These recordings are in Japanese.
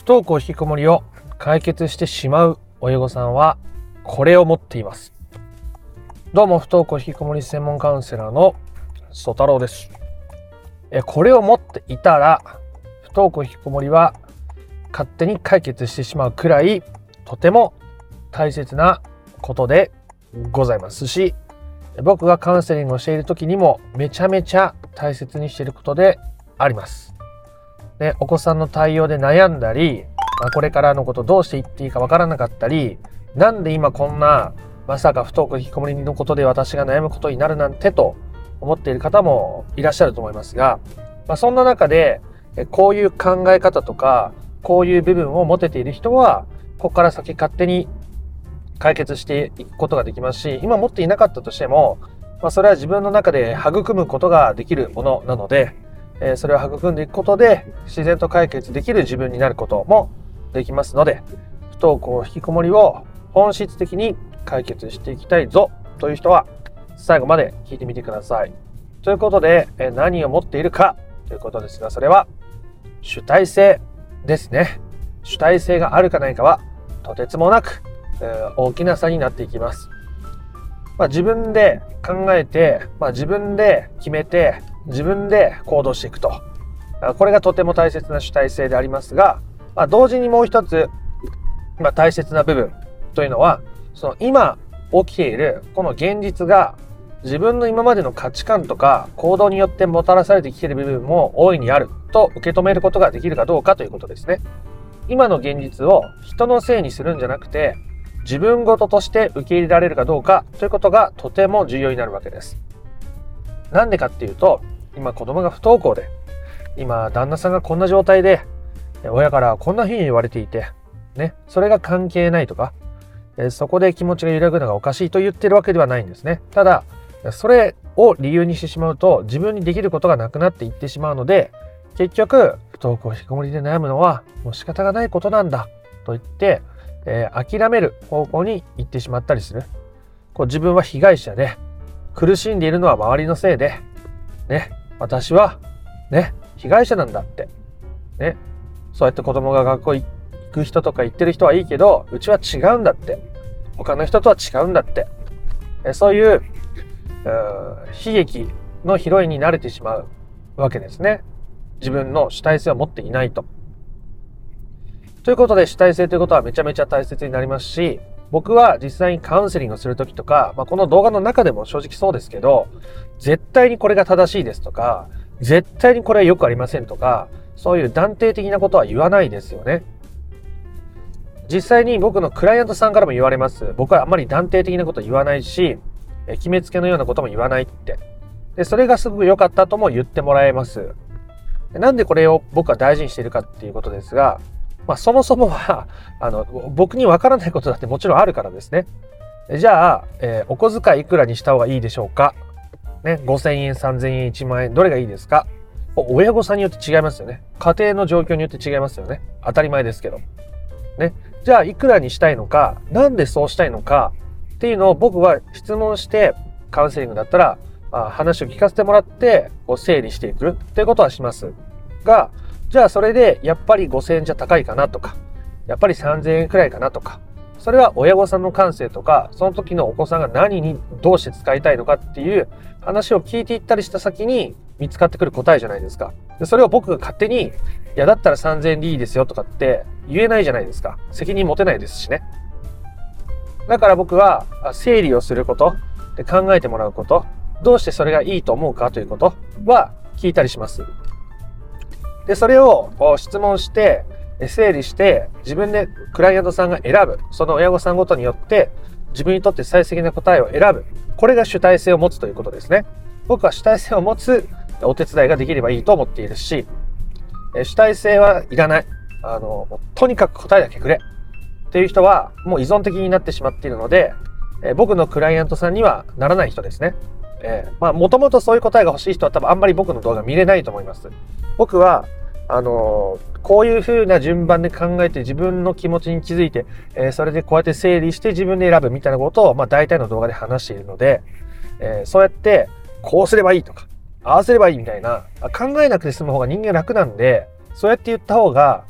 不登校引きこもりを解決してしまう親御さんはこれを持っています。どうも、不登校引きこもり専門カウンセラーの曽太郎です。これを持っていたら不登校引きこもりは勝手に解決してしまうくらいとても大切なことでございますし、僕がカウンセリングをしている時にもめちゃめちゃ大切にしていることであります。で、お子さんの対応で悩んだり、これからのことどうしていっていいかわからなかったり、なんで今こんなまさか不登校引きこもりのことで私が悩むことになるなんてと思っている方もいらっしゃると思いますが、そんな中でこういう考え方とかこういう部分を持てている人はここから先勝手に解決していくことができますし、今持っていなかったとしても、それは自分の中で育むことができるものなので、それを育んでいくことで自然と解決できる自分になることもできますので、不登校引きこもりを本質的に解決していきたいぞという人は最後まで聞いてみてください。ということで、何を持っているかということですが、それは主体性ですね。主体性があるかないかはとてつもなく大きな差になっていきます。自分で考えて、自分で決めて、自分で行動していくと。これがとても大切な主体性でありますが、同時にもう一つ、大切な部分というのは、その今起きているこの現実が自分の今までの価値観とか行動によってもたらされてきている部分も大いにあると受け止めることができるかどうかということですね。今の現実を人のせいにするんじゃなくて、自分事として受け入れられるかどうかということがとても重要になるわけです。なんでかっていうと、今子供が不登校で、今旦那さんがこんな状態で、親からこんな風に言われていて、ね、それが関係ないとか、そこで気持ちが揺らぐのがおかしいと言ってるわけではないんですね。ただ、それを理由にしてしまうと自分にできることがなくなっていってしまうので、結局不登校引きこもりで悩むのはもう仕方がないことなんだと言って、諦める方向に行ってしまったりする。自分は被害者で苦しんでいるのは周りのせいで、ね、私はね、被害者なんだって、ね、そうやって子供が学校行く人とか言ってる人はいいけど、うちは違うんだって、他の人とは違うんだって、そういう悲劇のヒロインに慣れてしまうわけですね。自分の主体性を持っていないと。ということで、主体性ということはめちゃめちゃ大切になりますし、僕は実際にカウンセリングをするときとか、この動画の中でも正直そうですけど、絶対にこれが正しいですとか、絶対にこれはよくありませんとか、そういう断定的なことは言わないですよね。実際に僕のクライアントさんからも言われます。僕はあんまり断定的なこと言わないし、決めつけのようなことも言わないって。で、それがすごく良かったとも言ってもらえます。なんでこれを僕は大事にしているかっていうことですが、そもそもは僕にわからないことだってもちろんあるからですね。じゃあ、お小遣いいくらにした方がいいでしょうか、ね、5000円、3000円、1万円、どれがいいですか？親御さんによって違いますよね。家庭の状況によって違いますよね。当たり前ですけど。ね。じゃあ、いくらにしたいのか、なんでそうしたいのかっていうのを僕は質問して、カウンセリングだったら、話を聞かせてもらって、整理していくっていうことはしますが、じゃあそれでやっぱり5000円じゃ高いかなとか、やっぱり3000円くらいかなとか、それは親御さんの感性とか、その時のお子さんが何にどうして使いたいのかっていう話を聞いていったりした先に見つかってくる答えじゃないですか。で、それを僕が勝手に、いやだったら3000円でいいですよとかって言えないじゃないですか。責任持てないですしね。だから僕は整理をすること、で考えてもらうこと、どうしてそれがいいと思うかということは聞いたりします。で、それを質問して、整理して、自分でクライアントさんが選ぶ。その親御さんごとによって、自分にとって最適な答えを選ぶ。これが主体性を持つということですね。僕は主体性を持つお手伝いができればいいと思っているし、主体性はいらない。とにかく答えだけくれ。っていう人は、もう依存的になってしまっているので、僕のクライアントさんにはならない人ですね。もともとそういう答えが欲しい人は多分あんまり僕の動画見れないと思います。僕はこういう風な順番で考えて自分の気持ちに気づいて、それでこうやって整理して自分で選ぶみたいなことを、大体の動画で話しているので、そうやってこうすればいいとか、ああすればいいみたいな、考えなくて済む方が人間楽なんで、そうやって言った方が、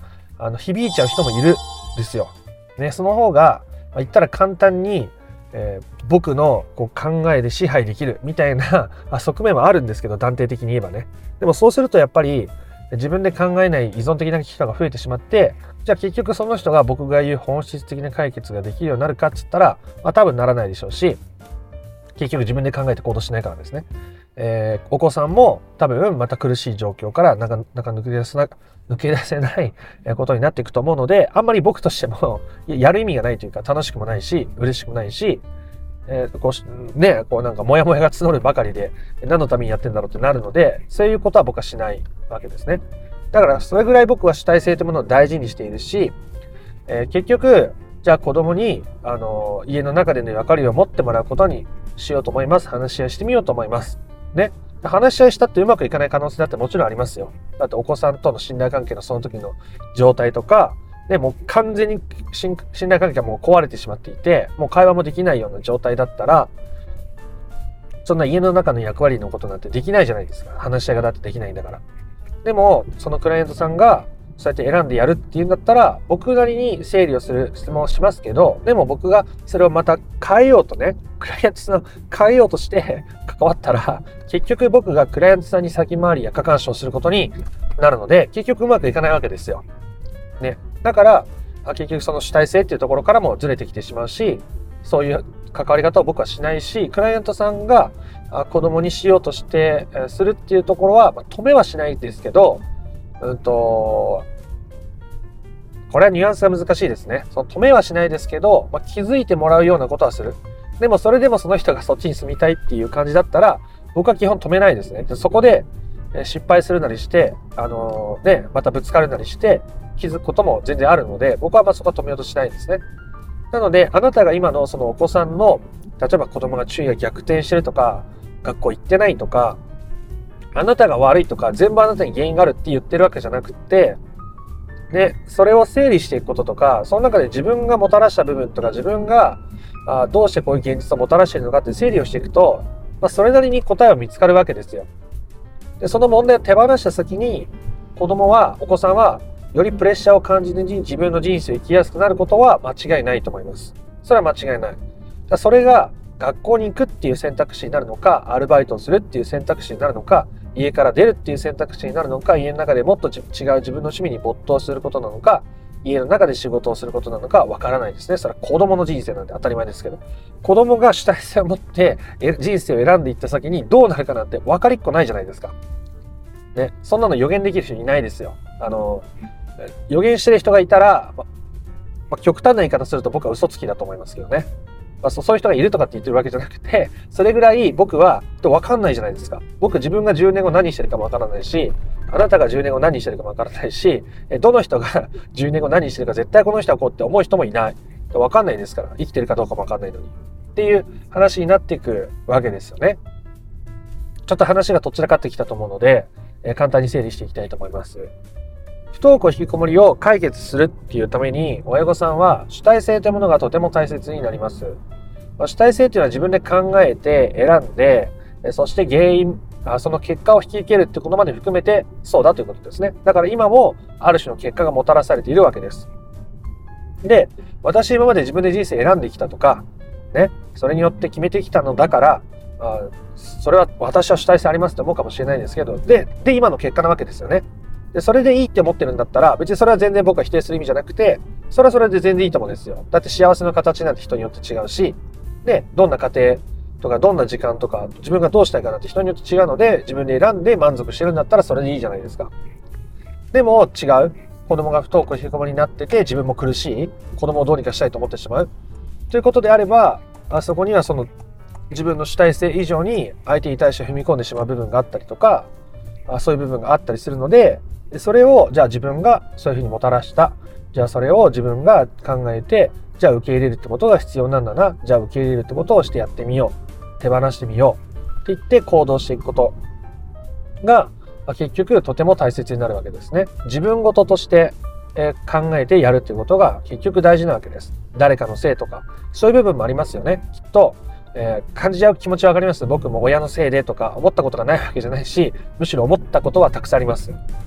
響いちゃう人もいるんですよ。ね、その方が、言ったら簡単に、僕のこう考えで支配できるみたいな側面はあるんですけど、断定的に言えばね。でもそうするとやっぱり自分で考えない依存的な人が増えてしまって、じゃあ結局その人が僕が言う本質的な解決ができるようになるかっつったら、多分ならないでしょうし、結局自分で考えて行動しないからですね。お子さんも多分また苦しい状況からなかなか抜け出せないことになっていくと思うので、あんまり僕としてもやる意味がないというか、楽しくもないし嬉しくもないし、こうなんかモヤモヤが募るばかりで何のためにやってんだろうってなるので、そういうことは僕はしないわけですね。だからそれぐらい僕は主体性というものを大事にしているし、結局じゃあ子供に家の中での役割を持ってもらうことにしようと思います。話し合いしてみようと思いますね。話し合いしたってうまくいかない可能性だってもちろんありますよ。だってお子さんとの信頼関係のその時の状態とか、もう完全に信頼関係がもう壊れてしまっていて、もう会話もできないような状態だったら、そんな家の中の役割のことなんてできないじゃないですか。話し合いがだってできないんだから。でもそのクライアントさんがそうやって選んでやるっていうんだったら、僕なりに整理をする質問をしますけど、でも僕がそれをまた変えようとね、クライアントさんを変えようとして関わったら、結局僕がクライアントさんに先回りや過干渉することになるので、結局うまくいかないわけですよ。ね。だから結局その主体性っていうところからもずれてきてしまうし、そういう関わり方を僕はしないし、クライアントさんが子供にしようとしてするっていうところは止めはしないですけど、これはニュアンスが難しいですね。その止めはしないですけど、気づいてもらうようなことはする。でもそれでもその人がそっちに住みたいっていう感じだったら、僕は基本止めないですね。でそこで失敗するなりして、またぶつかるなりして気づくことも全然あるので、僕はそこは止めようとしないんですね。なので、あなたが今のそのお子さんの、例えば子供が注意が逆転してるとか、学校行ってないとか、あなたが悪いとか、全部あなたに原因があるって言ってるわけじゃなくって、それを整理していくこととか、その中で自分がもたらした部分とか、自分がどうしてこういう現実をもたらしているのかって整理をしていくと、それなりに答えは見つかるわけですよ。で、その問題を手放した先に、お子さんは、よりプレッシャーを感じずに自分の人生を生きやすくなることは間違いないと思います。それは間違いない。それが学校に行くっていう選択肢になるのか、アルバイトをするっていう選択肢になるのか、家から出るっていう選択肢になるのか、家の中でもっと違う自分の趣味に没頭することなのか、家の中で仕事をすることなのかわからないですね。それは子供の人生なんで当たり前ですけど、子供が主体性を持って人生を選んでいった先にどうなるかなんて分かりっこないじゃないですか。ね、そんなの予言できる人いないですよ。予言してる人がいたら、極端な言い方すると僕は嘘つきだと思いますけどね。そういう人がいるとかって言ってるわけじゃなくて、それぐらい僕は分かんないじゃないですか。僕自分が10年後何してるかも分からないし、あなたが10年後何してるかも分からないし、どの人が10年後何してるか絶対この人はこうって思う人もいない。分かんないですから、生きてるかどうかも分かんないのに。っていう話になっていくわけですよね。ちょっと話がどちらかってきたと思うので、簡単に整理していきたいと思います。不登校引きこもりを解決するっていうために、親御さんは主体性というものがとても大切になります。主体性というのは自分で考えて選んで、そしてその結果を引き受けるってことまで含めてそうだということですね。だから今もある種の結果がもたらされているわけです。で、私今まで自分で人生選んできたとか、それによって決めてきたのだから、それは私は主体性ありますと思うかもしれないんですけど、で今の結果なわけですよね。でそれでいいって思ってるんだったら、別にそれは全然僕は否定する意味じゃなくて、それはそれで全然いいと思うんですよ。だって幸せの形なんて人によって違うし、どんな家庭とかどんな時間とか自分がどうしたいかなんて人によって違うので、自分で選んで満足してるんだったらそれでいいじゃないですか。でも違う。子供が不登校引きこもりになってて、自分も苦しい。子供をどうにかしたいと思ってしまう。ということであれば、そこにはその自分の主体性以上に相手に対して踏み込んでしまう部分があったりとか、そういう部分があったりするので、それをじゃあ自分がそういうふうにもたらした。じゃあそれを自分が考えて、じゃあ受け入れるってことが必要なんだな。じゃあ受け入れるってことをしてやってみよう。手放してみよう。って言って行動していくことが結局とても大切になるわけですね。自分事として考えてやるっていうことが結局大事なわけです。誰かのせいとか、そういう部分もありますよね。きっと、感じ合う気持ちはわかります。僕も親のせいでとか思ったことがないわけじゃないし、むしろ思ったことはたくさんあります。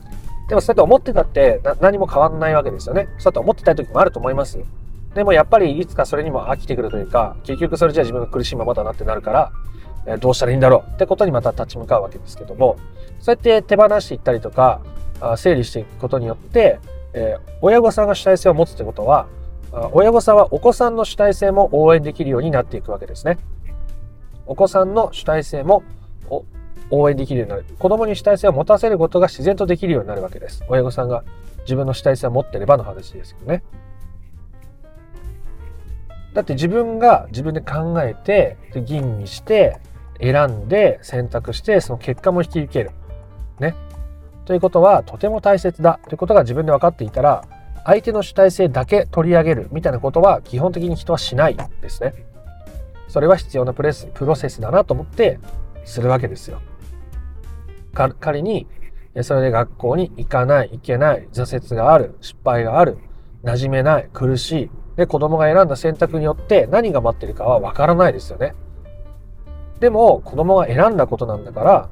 でもそうやって思ってたって何も変わんないわけですよね。そうやって思ってたい時もあると思います。でもやっぱりいつかそれにも飽きてくるというか、結局それじゃ自分が苦しいままだなってなるから、どうしたらいいんだろうってことにまた立ち向かうわけですけども、そうやって手放していったりとか、整理していくことによって、親御さんが主体性を持つということは、親御さんはお子さんの主体性も応援できるようになっていくわけですね。お子さんの主体性も応援できるようになる。子供に主体性を持たせることが自然とできるようになるわけです。親御さんが自分の主体性を持っていればの話ですけどね。だって自分が自分で考えて、吟味して、選んで、選択して、その結果も引き受ける。ね。ということはとても大切だということが自分で分かっていたら、相手の主体性だけ取り上げるみたいなことは基本的に人はしないですね。それは必要なプロセスだなと思ってするわけですよ。仮にそれで学校に行かない、行けない、挫折がある、失敗がある、馴染めない、苦しい。で、子供が選んだ選択によって何が待っているかは分からないですよね。でも子供が選んだことなんだから、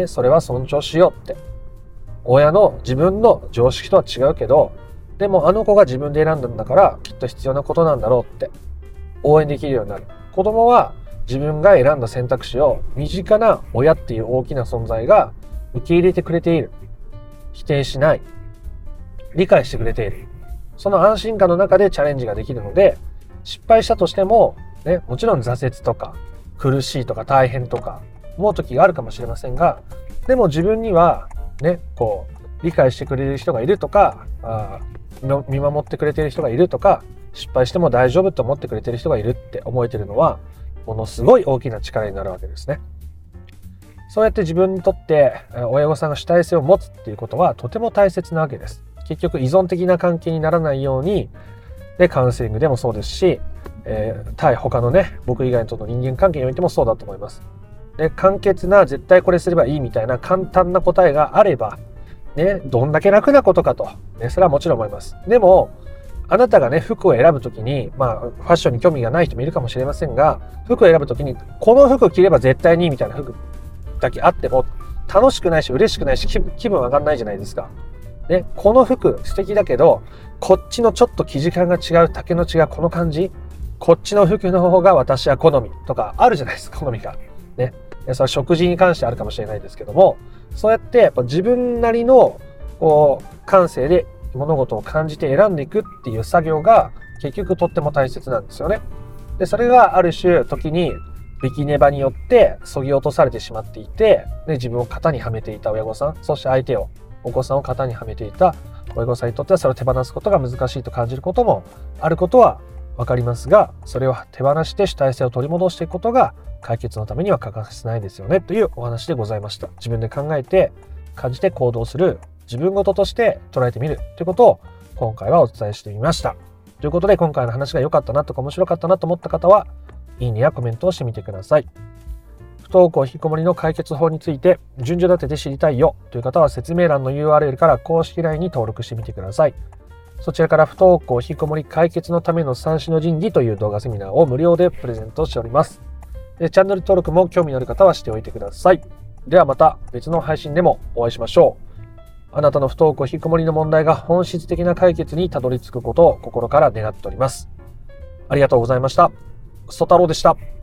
それは尊重しようって。親の自分の常識とは違うけど、でもあの子が自分で選んだんだからきっと必要なことなんだろうって応援できるようになる。子供は自分が選んだ選択肢を身近な親っていう大きな存在が受け入れてくれている。否定しない。理解してくれている。その安心感の中でチャレンジができるので、失敗したとしても、ね、もちろん挫折とか苦しいとか大変とか思う時があるかもしれませんが、でも自分にはね、理解してくれる人がいるとか、見守ってくれている人がいるとか、失敗しても大丈夫と思ってくれている人がいるって思えているのは、ものすごい大きな力になるわけですね。そうやって自分にとって親御さんが主体性を持つっていうことはとても大切なわけです。結局依存的な関係にならないように、でカウンセリングでもそうですし、対他のね、僕以外との人間関係においてもそうだと思います。で、簡潔な絶対これすればいいみたいな簡単な答えがあれば、ね、どんだけ楽なことかと、ね、それはもちろん思います。でも、あなたがね、服を選ぶときに、ファッションに興味がない人もいるかもしれませんが、服を選ぶときに、この服着れば絶対にいいみたいな服だけあっても、楽しくないし、嬉しくないし、気分上がんないじゃないですか。ね、この服素敵だけど、こっちのちょっと生地感が違う、丈の違うこの感じ、こっちの服の方が私は好みとかあるじゃないですか、好みが。ね。それは食事に関してあるかもしれないですけども、そうやってやっぱ自分なりの感性で物事を感じて選んでいくっていう作業が結局とっても大切なんですよね。で、それがある種時にビキネバによって削ぎ落とされてしまっていて、で自分を型にはめていた親御さん、そして相手を、お子さんを型にはめていた親御さんにとってはそれを手放すことが難しいと感じることもあることはわかりますが、それを手放して主体性を取り戻していくことが解決のためには欠かせないですよねというお話でございました。自分で考えて感じて行動する、自分事として捉えてみるということを今回はお伝えしてみました。ということで、今回の話が良かったなとか面白かったなと思った方は、いいねやコメントをしてみてください。不登校引きこもりの解決法について順序立てて知りたいよという方は、説明欄の URL から公式 LINE に登録してみてください。そちらから不登校引きこもり解決のための三種の神器という動画セミナーを無料でプレゼントしております。チャンネル登録も興味のある方はしておいてください。ではまた別の配信でもお会いしましょう。あなたの不登校引きこもりの問題が本質的な解決にたどり着くことを心から願っております。ありがとうございました。ソ太郎でした。